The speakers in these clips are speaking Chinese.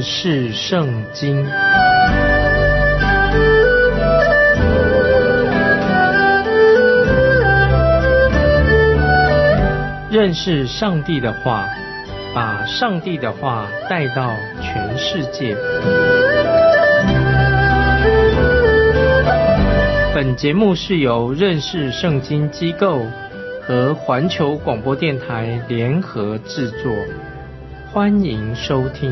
识圣经。认识上帝的话，把上帝的话带到全世界。本节目是由认识圣经机构和环球广播电台联合制作，欢迎收听。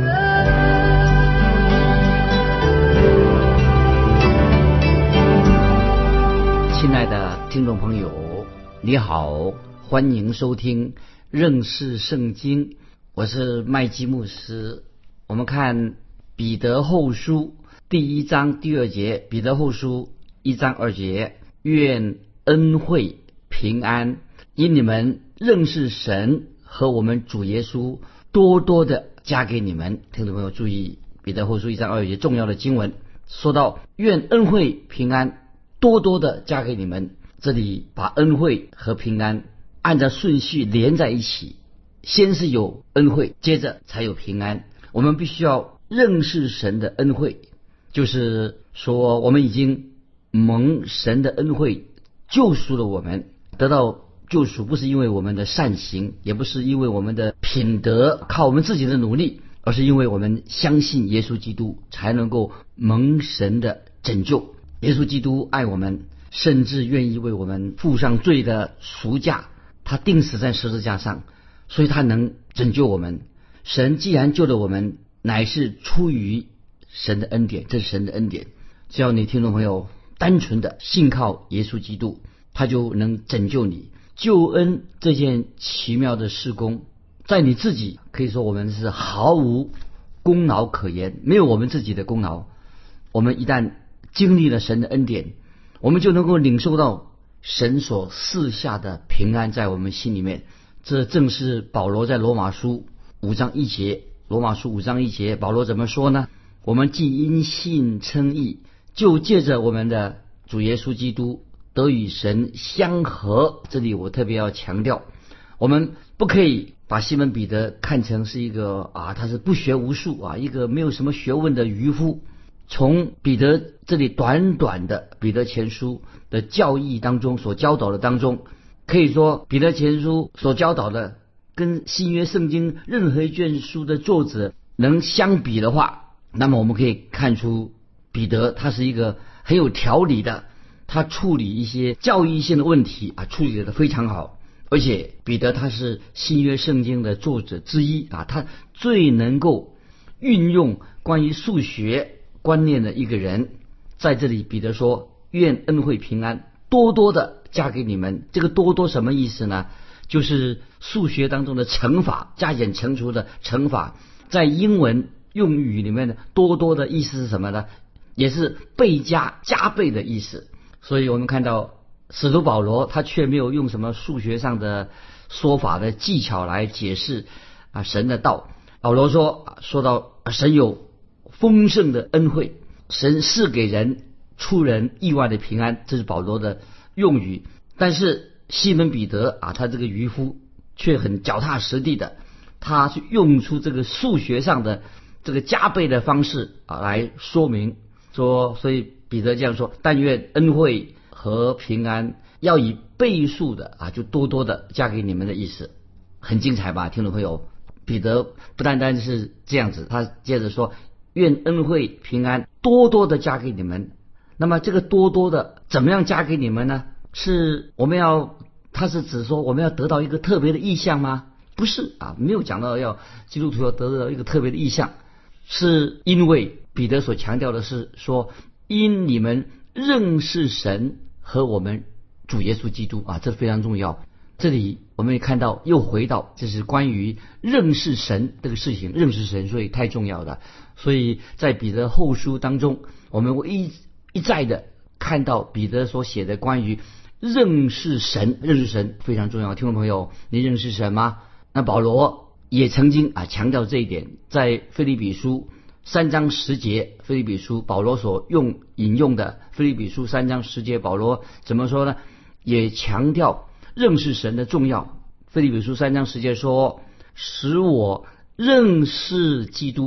亲爱的听众朋友，你好，欢迎收听认识圣经，我是麦基牧师。我们看彼得后书第1章第2节，彼得后书1章2节，愿恩惠平安因你们认识神和我们主耶稣多多的加给你们。听众朋友注意，彼得后书1章2节重要的经文说到愿恩惠平安多多的加给你们，这里把恩惠和平安按照顺序连在一起，先是有恩惠，接着才有平安。我们必须要认识神的恩惠，就是说我们已经蒙神的恩惠救赎了我们。得到救赎不是因为我们的善行，也不是因为我们的品德靠我们自己的努力，而是因为我们相信耶稣基督才能够蒙神的拯救。耶稣基督爱我们，甚至愿意为我们付上罪的赎价，他钉死在十字架上，所以他能拯救我们。神既然救了我们，乃是出于神的恩典，这是神的恩典。只要你听众朋友单纯的信靠耶稣基督，他就能拯救你。救恩这件奇妙的事工，在你自己可以说我们是毫无功劳可言，没有我们自己的功劳。我们一旦经历了神的恩典，我们就能够领受到神所赐下的平安在我们心里面。这正是保罗在罗马书5章1节，罗马书5章1节，保罗怎么说呢？我们既因信称义，就借着我们的主耶稣基督得与神相合。这里我特别要强调，我们不可以把西门彼得看成是一个他是不学无术一个没有什么学问的渔夫。从彼得这里短短的彼得前书的教义当中所教导的当中，可以说彼得前书所教导的跟新约圣经任何一卷书的作者能相比的话，那么我们可以看出彼得他是一个很有条理的，他处理一些教义性的问题处理得非常好。而且彼得他是新约圣经的作者之一他最能够运用关于数学观念的一个人。在这里彼得说愿恩惠平安多多的加给你们。这个多多什么意思呢？就是数学当中的乘法，加减乘除的乘法。在英文用语里面的多多的意思是什么呢？也是倍加加倍的意思。所以我们看到使徒保罗他却没有用什么数学上的说法的技巧来解释神的道。保罗说到神有丰盛的恩惠，神是给人出人意外的平安，这是保罗的用语。但是西门彼得他这个渔夫却很脚踏实地的，他去用出这个数学上的这个加倍的方式来说明说，所以彼得这样说，但愿恩惠和平安要以倍数的就多多的加给你们的意思。很精彩吧，听众朋友？彼得不单单是这样子，他接着说愿恩惠平安多多的加给你们。那么这个多多的怎么样加给你们呢？他是指说我们要得到一个特别的意象吗？不是没有讲到要基督徒要得到一个特别的意象，是因为彼得所强调的是说因你们认识神和我们主耶稣基督这非常重要。这里我们也看到又回到这是关于认识神这个事情，认识神所以太重要的。所以在彼得后书当中，我们会一再的看到彼得所写的关于认识神，认识神非常重要。听众朋友，你认识神吗？那保罗也曾经强调这一点，在腓立比书3章10节，腓立比书保罗所引用的腓立比书3章10节，保罗怎么说呢？也强调认识神的重要。腓立比书3章10节说，使我认识基督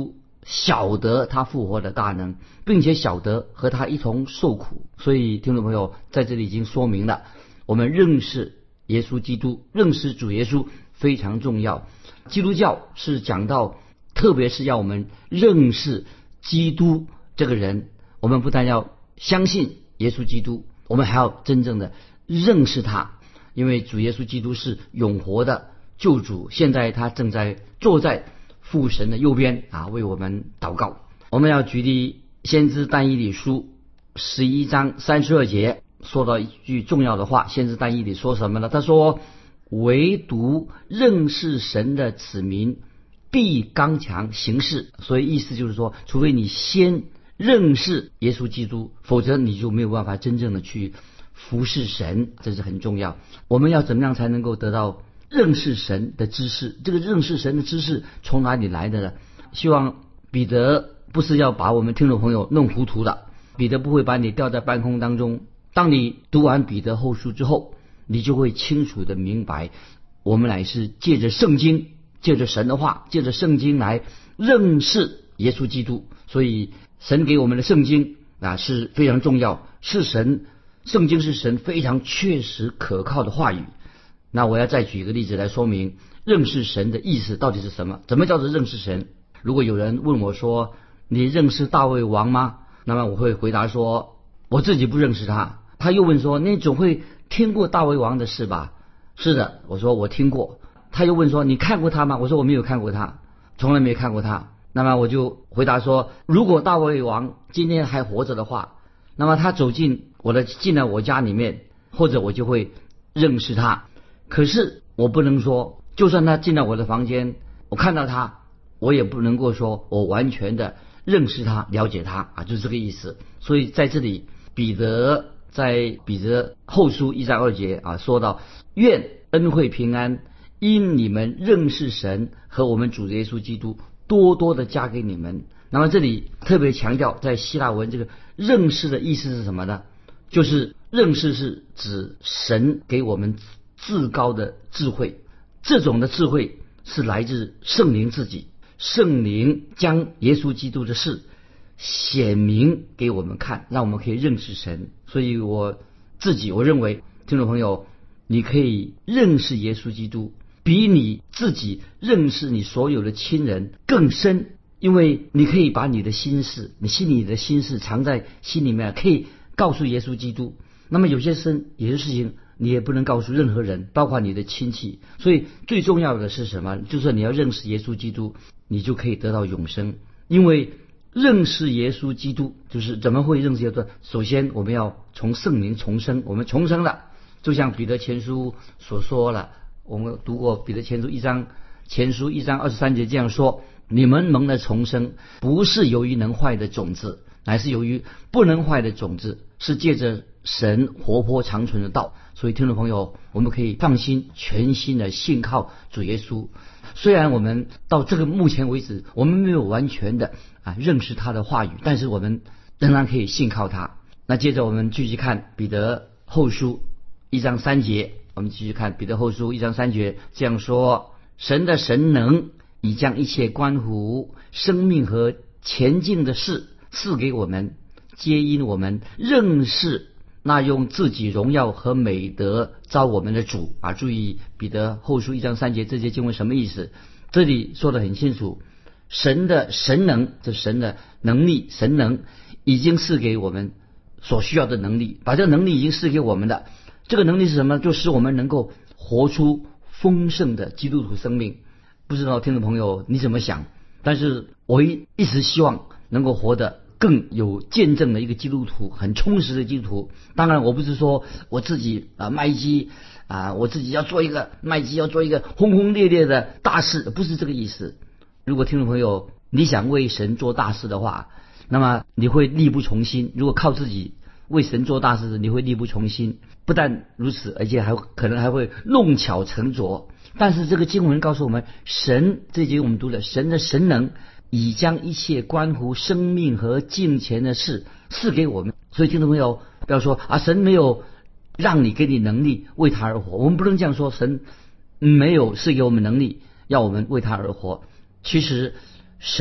晓得他复活的大能，并且晓得和他一同受苦。所以听众朋友在这里已经说明了，我们认识耶稣基督，认识主耶稣非常重要。基督教是讲到，特别是要我们认识基督这个人，我们不但要相信耶稣基督，我们还要真正的认识他，因为主耶稣基督是永活的救主，现在他正在坐在父神的右边为我们祷告。我们要举例先知但以理书11章32节，说到一句重要的话。先知但以理说什么呢？他说，唯独认识神的子民必刚强行事。所以意思就是说，除非你先认识耶稣基督，否则你就没有办法真正的去服侍神，这是很重要。我们要怎么样才能够得到认识神的知识？这个认识神的知识从哪里来的呢？希望彼得不是要把我们听众朋友弄糊涂了，彼得不会把你吊在半空当中。当你读完彼得后书之后，你就会清楚的明白，我们乃是借着圣经，借着神的话，借着圣经来认识耶稣基督。所以神给我们的圣经是非常重要，圣经是神非常确实可靠的话语。那我要再举一个例子来说明认识神的意思到底是什么。怎么叫做认识神？如果有人问我说，你认识大卫王吗？那么我会回答说，我自己不认识他。他又问说，你总会听过大卫王的事吧？是的，我说我听过。他又问说，你看过他吗？我说我没有看过他，从来没看过他。那么我就回答说，如果大卫王今天还活着的话，那么他进了我家里面，或者我就会认识他。可是我不能说，就算他进到我的房间，我看到他，我也不能够说我完全的认识他，了解他就是这个意思。所以在这里，彼得在彼得后书1章2节说到，愿恩惠平安因你们认识神和我们主耶稣基督多多的加给你们。那么这里特别强调，在希腊文这个认识的意思是什么呢？就是认识是指神给我们至高的智慧，这种的智慧是来自圣灵自己，圣灵将耶稣基督的事显明给我们看，让我们可以认识神。所以我认为听众朋友，你可以认识耶稣基督比你自己认识你所有的亲人更深，因为你可以把你的心事，你心里的心事藏在心里面，可以告诉耶稣基督。那么有些事情你也不能告诉任何人，包括你的亲戚。所以最重要的是什么？就是你要认识耶稣基督，你就可以得到永生。因为认识耶稣基督，就是怎么会认识耶稣？首先我们要从圣灵重生，我们重生了，就像彼得前书所说了，我们读过彼得前书1章23节这样说，你们蒙了重生，不是由于能坏的种子，乃是由于不能坏的种子，是借着神活泼长存的道。所以听众朋友，我们可以放心全心的信靠主耶稣。虽然我们到这个目前为止，我们没有完全的认识他的话语，但是我们仍然可以信靠他。那接着我们继续看彼得后书1章3节，我们继续看彼得后书1章3节这样说，神的神能已将一切关乎生命和前进的事赐给我们，皆因我们认识那用自己荣耀和美德召我们的主注意彼得后书1章3节这些经文什么意思？这里说得很清楚，神的神能，这神的能力，神能已经赐给我们所需要的能力，把这个能力已经赐给我们的。这个能力是什么？就使我们能够活出丰盛的基督徒生命。不知道听众朋友你怎么想？但是我一直希望能够活得更有见证的一个基督徒，很充实的基督徒。当然我不是说我自己麦基我自己要做一个麦基，要做一个轰轰烈烈的大事，不是这个意思。如果听众朋友你想为神做大事的话，那么你会力不从心。如果靠自己为神做大事，你会力不从心。不但如此，而且可能还会弄巧成拙。但是这个经文告诉我们，神，这节我们读了，神的神能已将一切关乎生命和敬虔的事赐给我们。所以听众朋友不要说神没有让你给你能力为他而活，我们不能这样说，神没有赐给我们能力要我们为他而活。其实神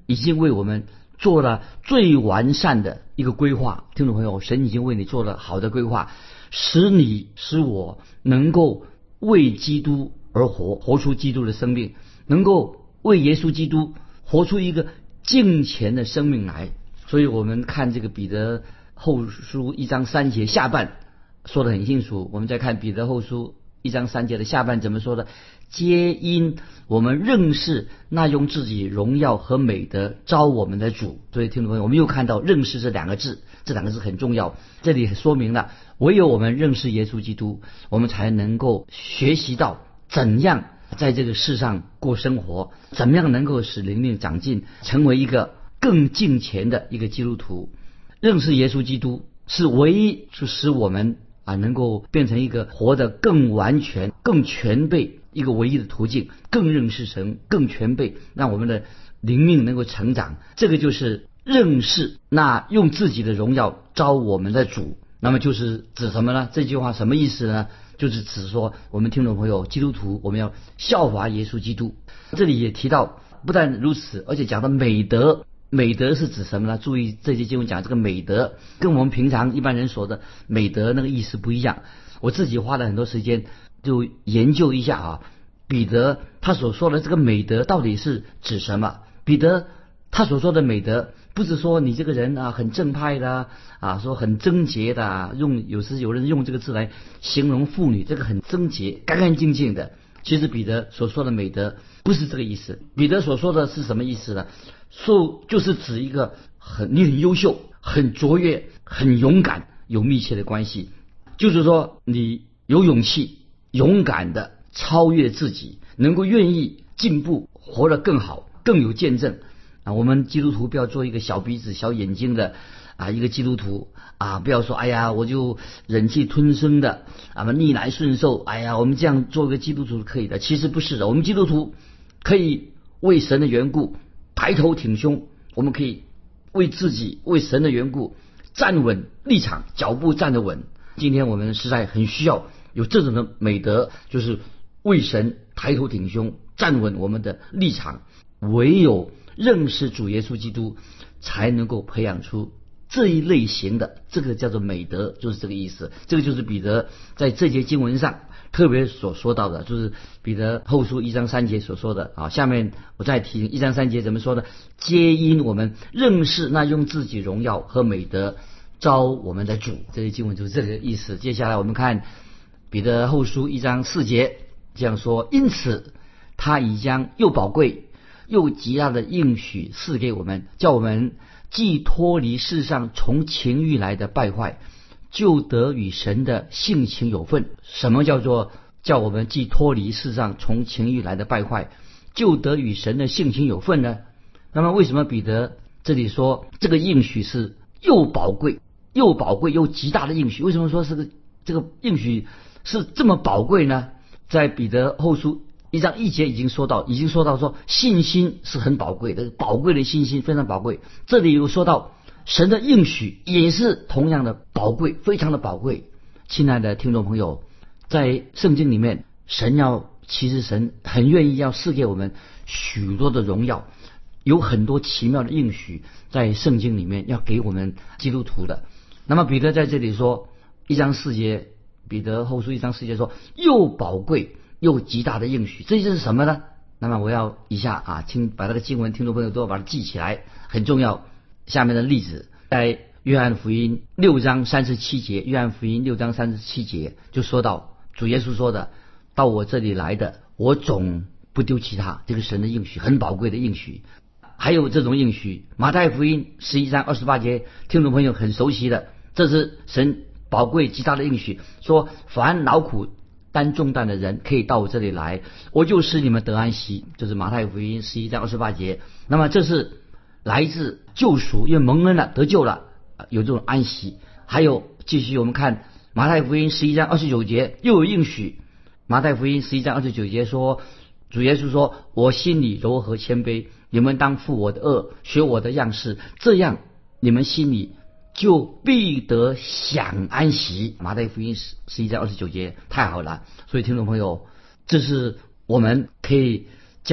已经为我们做了最完善的一个规划。听众朋友，神已经为你做了好的规划，使我能够为基督而活，活出基督的生命，能够为耶稣基督活出一个敬虔的生命来。所以我们看这个彼得后书1章3节下半说得很清楚。我们再看彼得后书1章3节的下半怎么说的？皆因我们认识那用自己荣耀和美德招我们的主。所以听众朋友，我们又看到认识这两个字，这两个字很重要。这里说明了，唯有我们认识耶稣基督，我们才能够学习到怎样在这个世上过生活，怎么样能够使灵命长进，成为一个更敬虔的一个基督徒。认识耶稣基督是唯一是使我们能够变成一个活得更完全、更全备一个唯一的途径，更认识神，更全备，让我们的灵命能够成长。这个就是认识那用自己的荣耀招我们的主。那么就是指什么呢？这句话什么意思呢？就是指说我们听众朋友基督徒，我们要效法耶稣基督。这里也提到，不但如此，而且讲到美德。美德是指什么呢？注意这些经文讲这个美德跟我们平常一般人说的美德那个意思不一样。我自己花了很多时间就研究一下彼得他所说的这个美德到底是指什么。彼得他所说的美德不是说你这个人很正派的说很贞洁的有时有人用这个字来形容妇女，这个很贞洁干干净净的。其实彼得所说的美德不是这个意思。彼得所说的是什么意思呢？就是指一个你很优秀、很卓越、很勇敢，有密切的关系。就是说你有勇气、勇敢的超越自己，能够愿意进步，活得更好，更有见证我们基督徒不要做一个小鼻子小眼睛的一个基督徒不要说哎呀我就忍气吞声的逆来顺受，哎呀我们这样做一个基督徒可以的。其实不是的，我们基督徒可以为神的缘故抬头挺胸，我们可以为自己为神的缘故站稳立场，脚步站得稳。今天我们实在很需要有这种的美德，就是为神抬头挺胸，站稳我们的立场。唯有认识主耶稣基督，才能够培养出这一类型的，这个叫做美德，就是这个意思。这个就是彼得在这节经文上特别所说到的，就是彼得后书1章3节所说的下面我再提1章3节怎么说呢？皆因我们认识那用自己荣耀和美德招我们的主。这些经文就是这个意思。接下来我们看彼得后书1章4节这样说：因此他已将又宝贵又极大的应许赐给我们，叫我们既脱离世上从情欲来的败坏，就得与神的性情有份。什么叫做叫我们既脱离世上从情欲来的败坏，就得与神的性情有份呢？那么为什么彼得这里说这个应许是又宝贵又极大的应许？为什么说是这个应许是这么宝贵呢？在彼得后书1章1节已经说到说信心是很宝贵的，宝贵的信心非常宝贵。这里有说到神的应许也是同样的宝贵，非常的宝贵。亲爱的听众朋友，在圣经里面其实神很愿意要赐给我们许多的荣耀，有很多奇妙的应许在圣经里面要给我们基督徒的。那么彼得在这里说1章4节，彼得后书1章4节说又宝贵又极大的应许，这就是什么呢？那么我要以下把这个经文听众朋友都要把它记起来，很重要。下面的例子在约翰福音6章37节，约翰福音6章37节就说到主耶稣说的，到我这里来的我总不丢弃他。这个神的应许很宝贵的应许。还有这种应许，马太福音11章28节，听众朋友很熟悉的，这是神宝贵极大的应许，说凡劳苦担重担的人可以到我这里来，我就使你们得安息。这是马太福音11章28节。那么这是来自救赎，因为蒙恩了，得救了，有这种安息。还有继续我们看马太福音11章29节又有应许。马太福音11章29节说，主耶稣说，我心里柔和谦卑，你们当负我的恶，学我的样式，这样你们心里就必得享安息。马太福音11章29节，太好了。所以听众朋友，这是我们可以将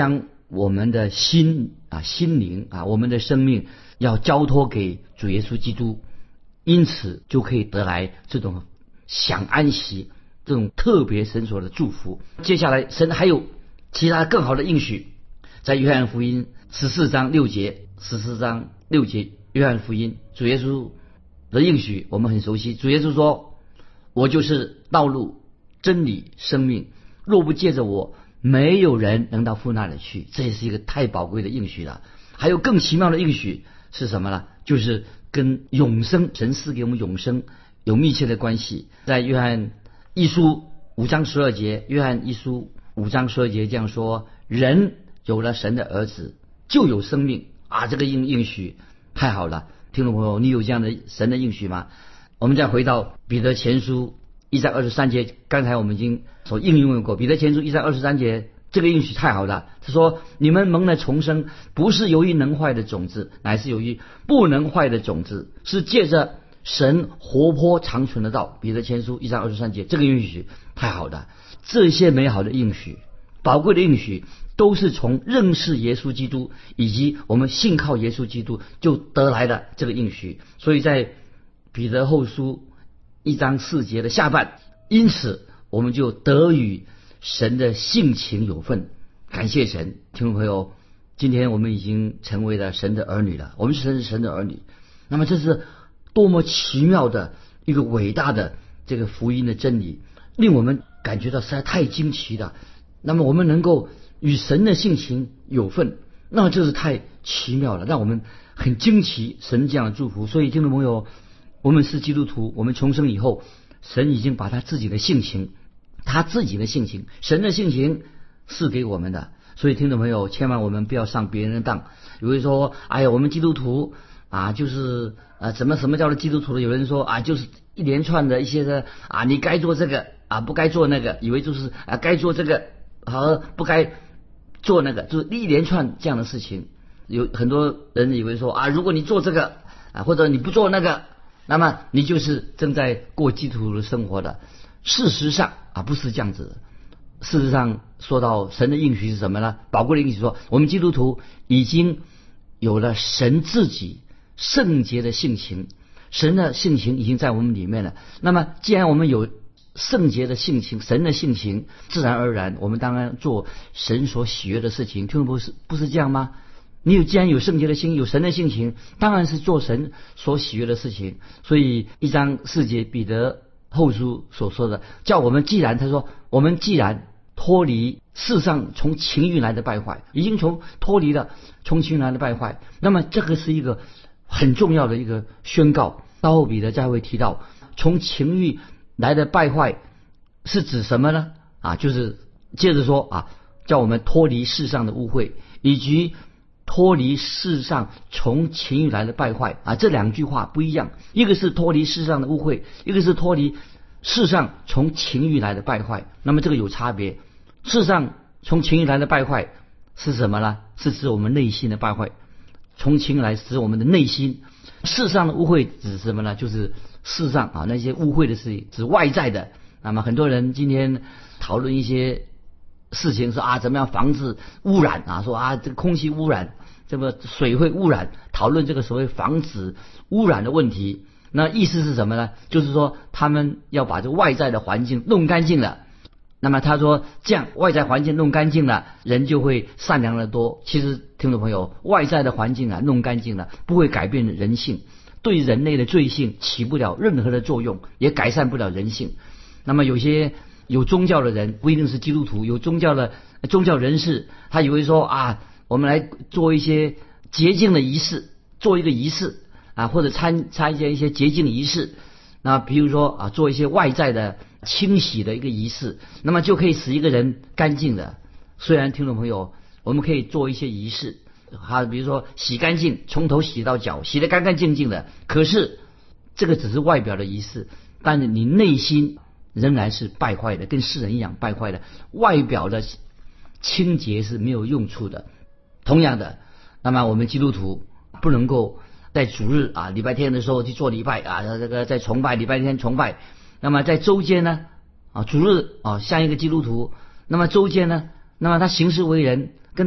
我们的心灵我们的生命要交托给主耶稣基督，因此就可以得来这种享安息，这种特别神所的祝福。接下来神还有其他更好的应许，在约翰福音14章6节约翰福音主耶稣的应许我们很熟悉。主耶稣说，我就是道路真理生命，若不借着我，没有人能到父那里去。这也是一个太宝贵的应许了。还有更奇妙的应许是什么呢？就是跟永生，神赐给我们永生有密切的关系。在约翰一书5章12节，约翰一书5章12节这样说，人有了神的儿子就有生命这个应许太好了。听众朋友，你有这样的神的应许吗？我们再回到彼得前书1章23节，刚才我们已经所应用过。彼得前书1章23节，这个应许太好了。他说，你们蒙了重生，不是由于能坏的种子，乃是由于不能坏的种子，是借着神活泼长存的道。彼得前书1章23节，这个应许太好了。这些美好的应许，宝贵的应许，都是从认识耶稣基督以及我们信靠耶稣基督就得来的这个应许。所以在彼得后书1章4节的下半，因此我们就得与神的性情有份。感谢神。听众朋友，今天我们已经成为了神的儿女了，我们是神的儿女。那么这是多么奇妙的一个伟大的这个福音的真理，令我们感觉到实在太惊奇了。那么我们能够与神的性情有份，那么这是太奇妙了，让我们很惊奇神这样的祝福。所以听众朋友，我们是基督徒，我们重生以后，神已经把他自己的性情，神的性情是给我们的。所以听众朋友，千万我们不要上别人的当。有人说，哎呀，我们基督徒就是什么叫做基督徒的？有人说就是一连串的一些的你该做这个不该做那个，以为就是该做这个不该做那个，就是一连串这样的事情。有很多人以为说如果你做这个或者你不做那个，那么你就是正在过基督徒的生活的。事实上不是这样子的。事实上说到神的应许是什么呢？宝贵的应许说，我们基督徒已经有了神自己圣洁的性情，神的性情已经在我们里面了。那么既然我们有圣洁的性情，神的性情，自然而然我们当然做神所喜悦的事情。听众不是这样吗？既然有圣洁的心，有神的性情，当然是做神所喜悦的事情。所以1章4节彼得后书所说的，叫我们既然脱离世上从情欲来的败坏，已经脱离了从情欲来的败坏，那么这个是一个很重要的一个宣告。稍后彼得再会提到，从情欲来的败坏是指什么呢？就是接着说叫我们脱离世上的污秽，以及脱离世上从情欲来的败坏这两句话不一样，一个是脱离世上的污秽，一个是脱离世上从情欲来的败坏。那么这个有差别。世上从情欲来的败坏是什么呢？是指我们内心的败坏，从情欲来指我们的内心。世上的污秽指什么呢？就是世上那些污秽的事情，指外在的。那么很多人今天讨论一些事情，说怎么样防治污染说这个空气污染，这个水会污染，讨论这个所谓防止污染的问题。那意思是什么呢？就是说他们要把这个外在的环境弄干净了。那么他说，这样外在环境弄干净了，人就会善良得多。其实听众朋友，外在的环境弄干净了，不会改变人性，对人类的罪性起不了任何的作用，也改善不了人性。那么有些有宗教的人，不一定是基督徒，有宗教人士，他以为说我们来做一些洁净的仪式，做一个仪式或者参加一些洁净仪式。那比如说做一些外在的清洗的一个仪式，那么就可以使一个人干净的。虽然听众朋友，我们可以做一些仪式比如说洗干净，从头洗到脚，洗得干干净净的，可是这个只是外表的仪式，但是你内心仍然是败坏的，跟世人一样败坏的。外表的清洁是没有用处的。同样的，那么我们基督徒不能够在主日礼拜天的时候去做礼拜这个在崇拜，礼拜天崇拜。那么在周间呢主日像一个基督徒，那么周间呢，那么他行事为人跟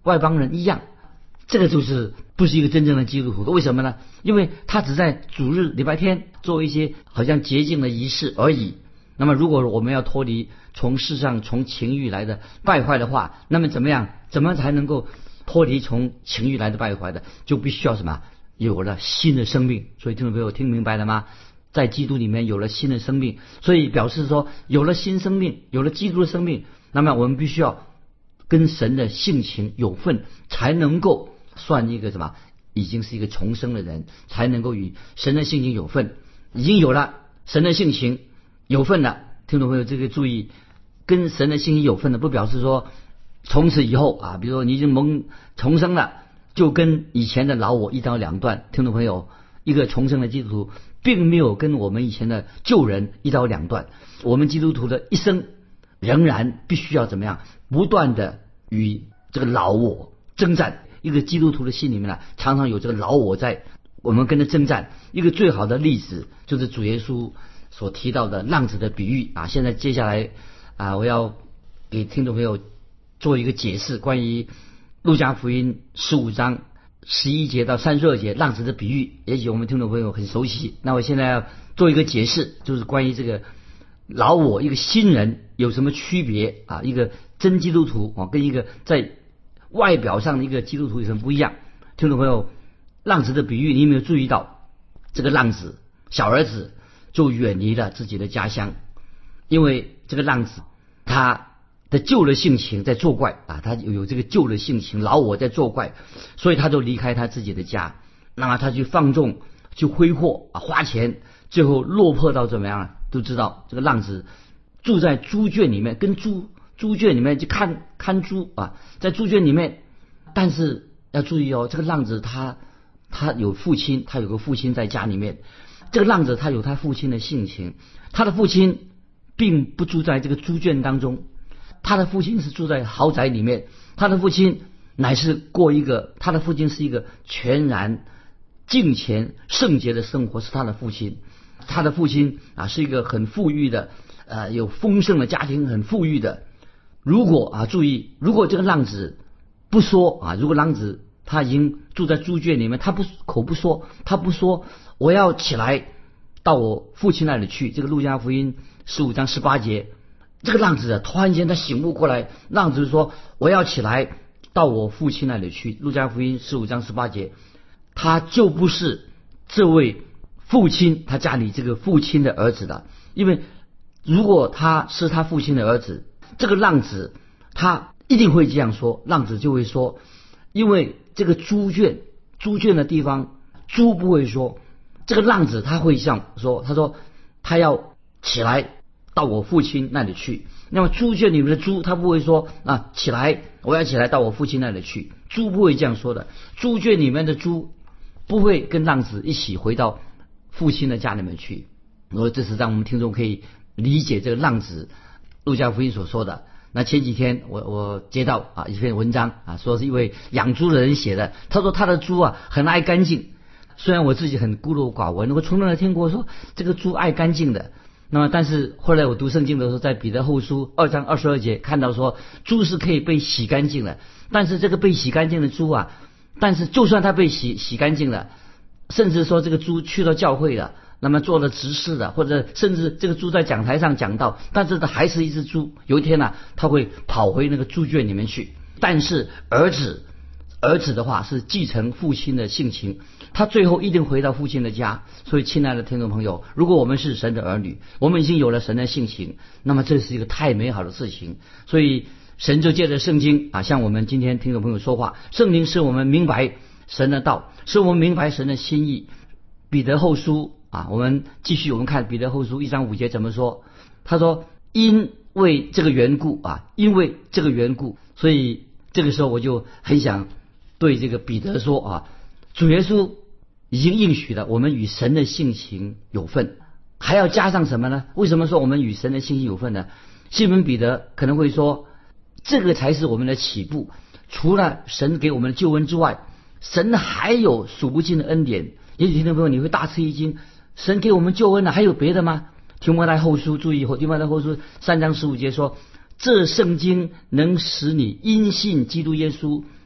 外邦人一样。这个就是不是一个真正的基督徒的。为什么呢？因为他只在主日礼拜天做一些好像洁净的仪式而已。那么如果我们要脱离从世上从情欲来的败坏的话，那么怎么才能够脱离从情欲来的败坏的？就必须要什么？有了新的生命。所以听众朋友听明白了吗？在基督里面有了新的生命，所以表示说有了新生命，有了基督的生命，那么我们必须要跟神的性情有份，才能够算一个什么？已经是一个重生的人，才能够与神的性情有份。已经有了神的性情有份了，听众朋友这个注意，跟神的性情有份的，不表示说从此以后比如说你已经重生了，就跟以前的老我一刀两断。听众朋友，一个重生的基督徒并没有跟我们以前的旧人一刀两断。我们基督徒的一生仍然必须要怎么样？不断的与这个老我征战。一个基督徒的心里面呢，常常有这个老我在我们跟着征战。一个最好的例子就是主耶稣所提到的浪子的比喻现在接下来我要给听众朋友做一个解释，关于路加福音15章11节到32节浪子的比喻。也许我们听众朋友很熟悉，那我现在要做一个解释，就是关于这个老我一个新人有什么区别一个真基督徒跟一个在外表上的一个基督徒有什么不一样？听众朋友，浪子的比喻，你有没有注意到？这个浪子小儿子就远离了自己的家乡，因为这个浪子他的旧的性情在作怪他有这个旧的性情，老我在作怪，所以他就离开他自己的家。那么他去放纵，去挥霍花钱，最后落魄到怎么样都知道这个浪子住在猪圈里面，跟猪圈里面去看猪在猪圈里面。但是要注意这个浪子他有父亲，他有个父亲在家里面。这个浪子他有他父亲的性情，他的父亲并不住在这个猪圈当中，他的父亲是住在豪宅里面。他的父亲乃是他的父亲是一个全然敬虔圣洁的生活，是他的父亲。他的父亲是一个很富裕的有丰盛的家庭，很富裕的。如果注意，如果这个浪子不说如果浪子他已经住在猪圈里面，他口不说我要起来到我父亲那里去。这个路加福音15章18节，这个浪子突然间他醒悟过来，浪子说我要起来到我父亲那里去。路加福音15章18节，他就不是这位父亲他家里这个父亲的儿子的。因为如果他是他父亲的儿子，这个浪子他一定会这样说，浪子就会说，因为这个猪圈的地方猪不会说，这个浪子他会这样说，他说他要起来到我父亲那里去。那么猪圈里面的猪他不会说起来我要起来到我父亲那里去，猪不会这样说的。猪圈里面的猪不会跟浪子一起回到父亲的家里面去。这是让我们听众可以理解这个浪子路加福音所说的。那前几天我接到一篇文章说是一位养猪的人写的。他说他的猪很爱干净。虽然我自己很孤陋寡闻，我从来没听过说这个猪爱干净的。那么但是后来我读圣经的时候，在彼得后书2章22节看到说猪是可以被洗干净的。但是这个被洗干净的猪但是就算它被洗干净了，甚至说这个猪去到教会了，那么做了执事的，或者甚至这个猪在讲台上讲道，但是它还是一只猪。有一天它会跑回那个猪圈里面去。但是儿子的话是继承父亲的性情，他最后一定回到父亲的家。所以亲爱的听众朋友，如果我们是神的儿女，我们已经有了神的性情，那么这是一个太美好的事情。所以神就借着圣经向我们今天听众朋友说话。圣经使我们明白神的道，使我们明白神的心意。彼得后书我们继续看彼得后书1章5节怎么说。他说因为这个缘故所以这个时候我就很想对这个彼得说主耶稣已经应许了我们与神的性情有份，还要加上什么呢？为什么说我们与神的性情有份呢？西门彼得可能会说，这个才是我们的起步。除了神给我们的救恩之外，神还有数不尽的恩典。也许听众朋友你会大吃一惊，神给我们救恩还有别的吗？提摩太后书注意，提摩太后书3章15节说，这圣经能使你因信基督耶稣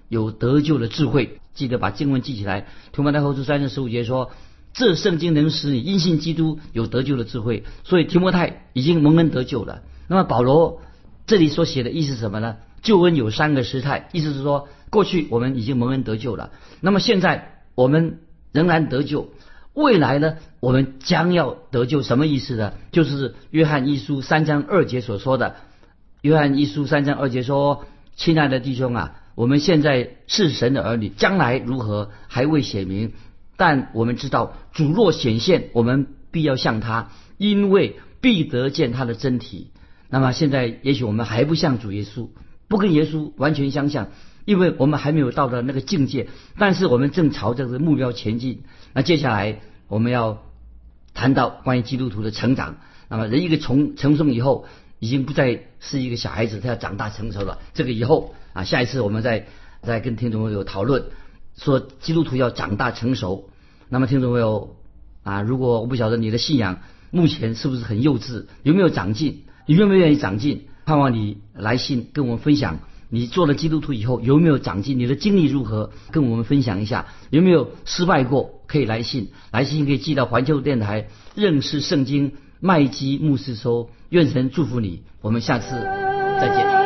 有得救的智慧。记得把经文记起来。提摩太后书3章15节说，这圣经能使你因信基督有得救的智慧。所以提摩太已经蒙恩得救了。那么保罗这里所写的意思是什么呢？救恩有3个时态，意思是说，过去我们已经蒙恩得救了，那么现在我们仍然得救，未来呢，我们将要得救。什么意思呢？就是约翰一书3章2节所说的。约翰一书3章2节说，亲爱的弟兄啊，我们现在是神的儿女，将来如何还未显明，但我们知道主若显现，我们必要像他，因为必得见他的真体。那么现在也许我们还不像主耶稣，不跟耶稣完全相像，因为我们还没有到达那个境界，但是我们正朝着这个目标前进。那接下来我们要谈到关于基督徒的成长。那么人一个成熟以后，已经不再是一个小孩子，他要长大成熟了。这个以后下一次我们再跟听众朋友讨论，说基督徒要长大成熟。那么听众朋友如果我不晓得你的信仰目前是不是很幼稚，有没有长进，你愿不愿意长进？盼望你来信跟我们分享，你做了基督徒以后有没有长进，你的经历如何，跟我们分享一下。有没有失败过，可以来信可以寄到环球电台认识圣经麦基牧师收。愿神祝福你，我们下次再见。